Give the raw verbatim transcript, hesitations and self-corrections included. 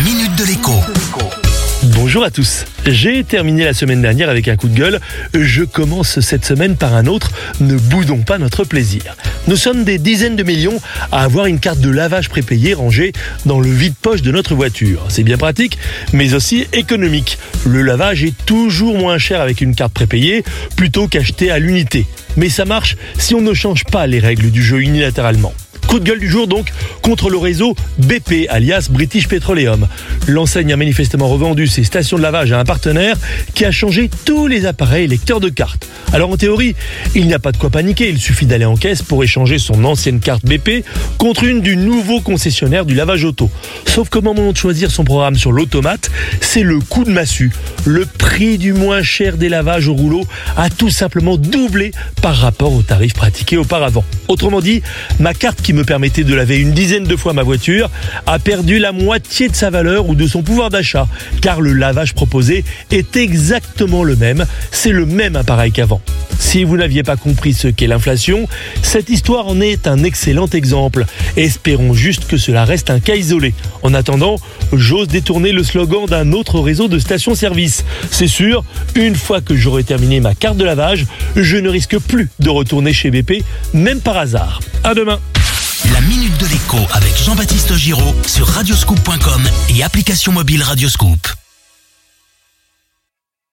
minute de l'écho. Bonjour à tous. J'ai terminé la semaine dernière avec un coup de gueule. Je commence cette semaine par un autre. Ne boudons pas notre plaisir. Nous sommes des dizaines de millions à avoir une carte de lavage prépayée rangée dans le vide-poche de notre voiture. C'est bien pratique, mais aussi économique. Le lavage est toujours moins cher avec une carte prépayée plutôt qu'acheter à l'unité. Mais ça marche si on ne change pas les règles du jeu unilatéralement. Coup de gueule du jour donc contre le réseau B P alias British Petroleum. L'enseigne a manifestement revendu ses stations de lavage à un partenaire qui a changé tous les appareils lecteurs de cartes. Alors en théorie, il n'y a pas de quoi paniquer, il suffit d'aller en caisse pour échanger son ancienne carte B P contre une du nouveau concessionnaire du lavage auto. Sauf qu'au moment de choisir son programme sur l'automate, c'est le coup de massue. Le prix du moins cher des lavages au rouleau a tout simplement doublé par rapport aux tarifs pratiqués auparavant. Autrement dit, ma carte qui me permettait de laver une dizaine de fois ma voiture a perdu la moitié de sa valeur ou de son pouvoir d'achat, car le lavage proposé est exactement le même, c'est le même appareil qu'avant. Si vous n'aviez pas compris ce qu'est l'inflation, cette histoire en est un excellent exemple. Espérons juste que cela reste un cas isolé. En attendant, j'ose détourner le slogan d'un autre réseau de stations-service. C'est sûr, une fois que j'aurai terminé ma carte de lavage, je ne risque plus de retourner chez B P, même par hasard. À demain. La minute de l'écho avec Jean-Baptiste Giraud sur radioscoop point com et application mobile Radioscoop.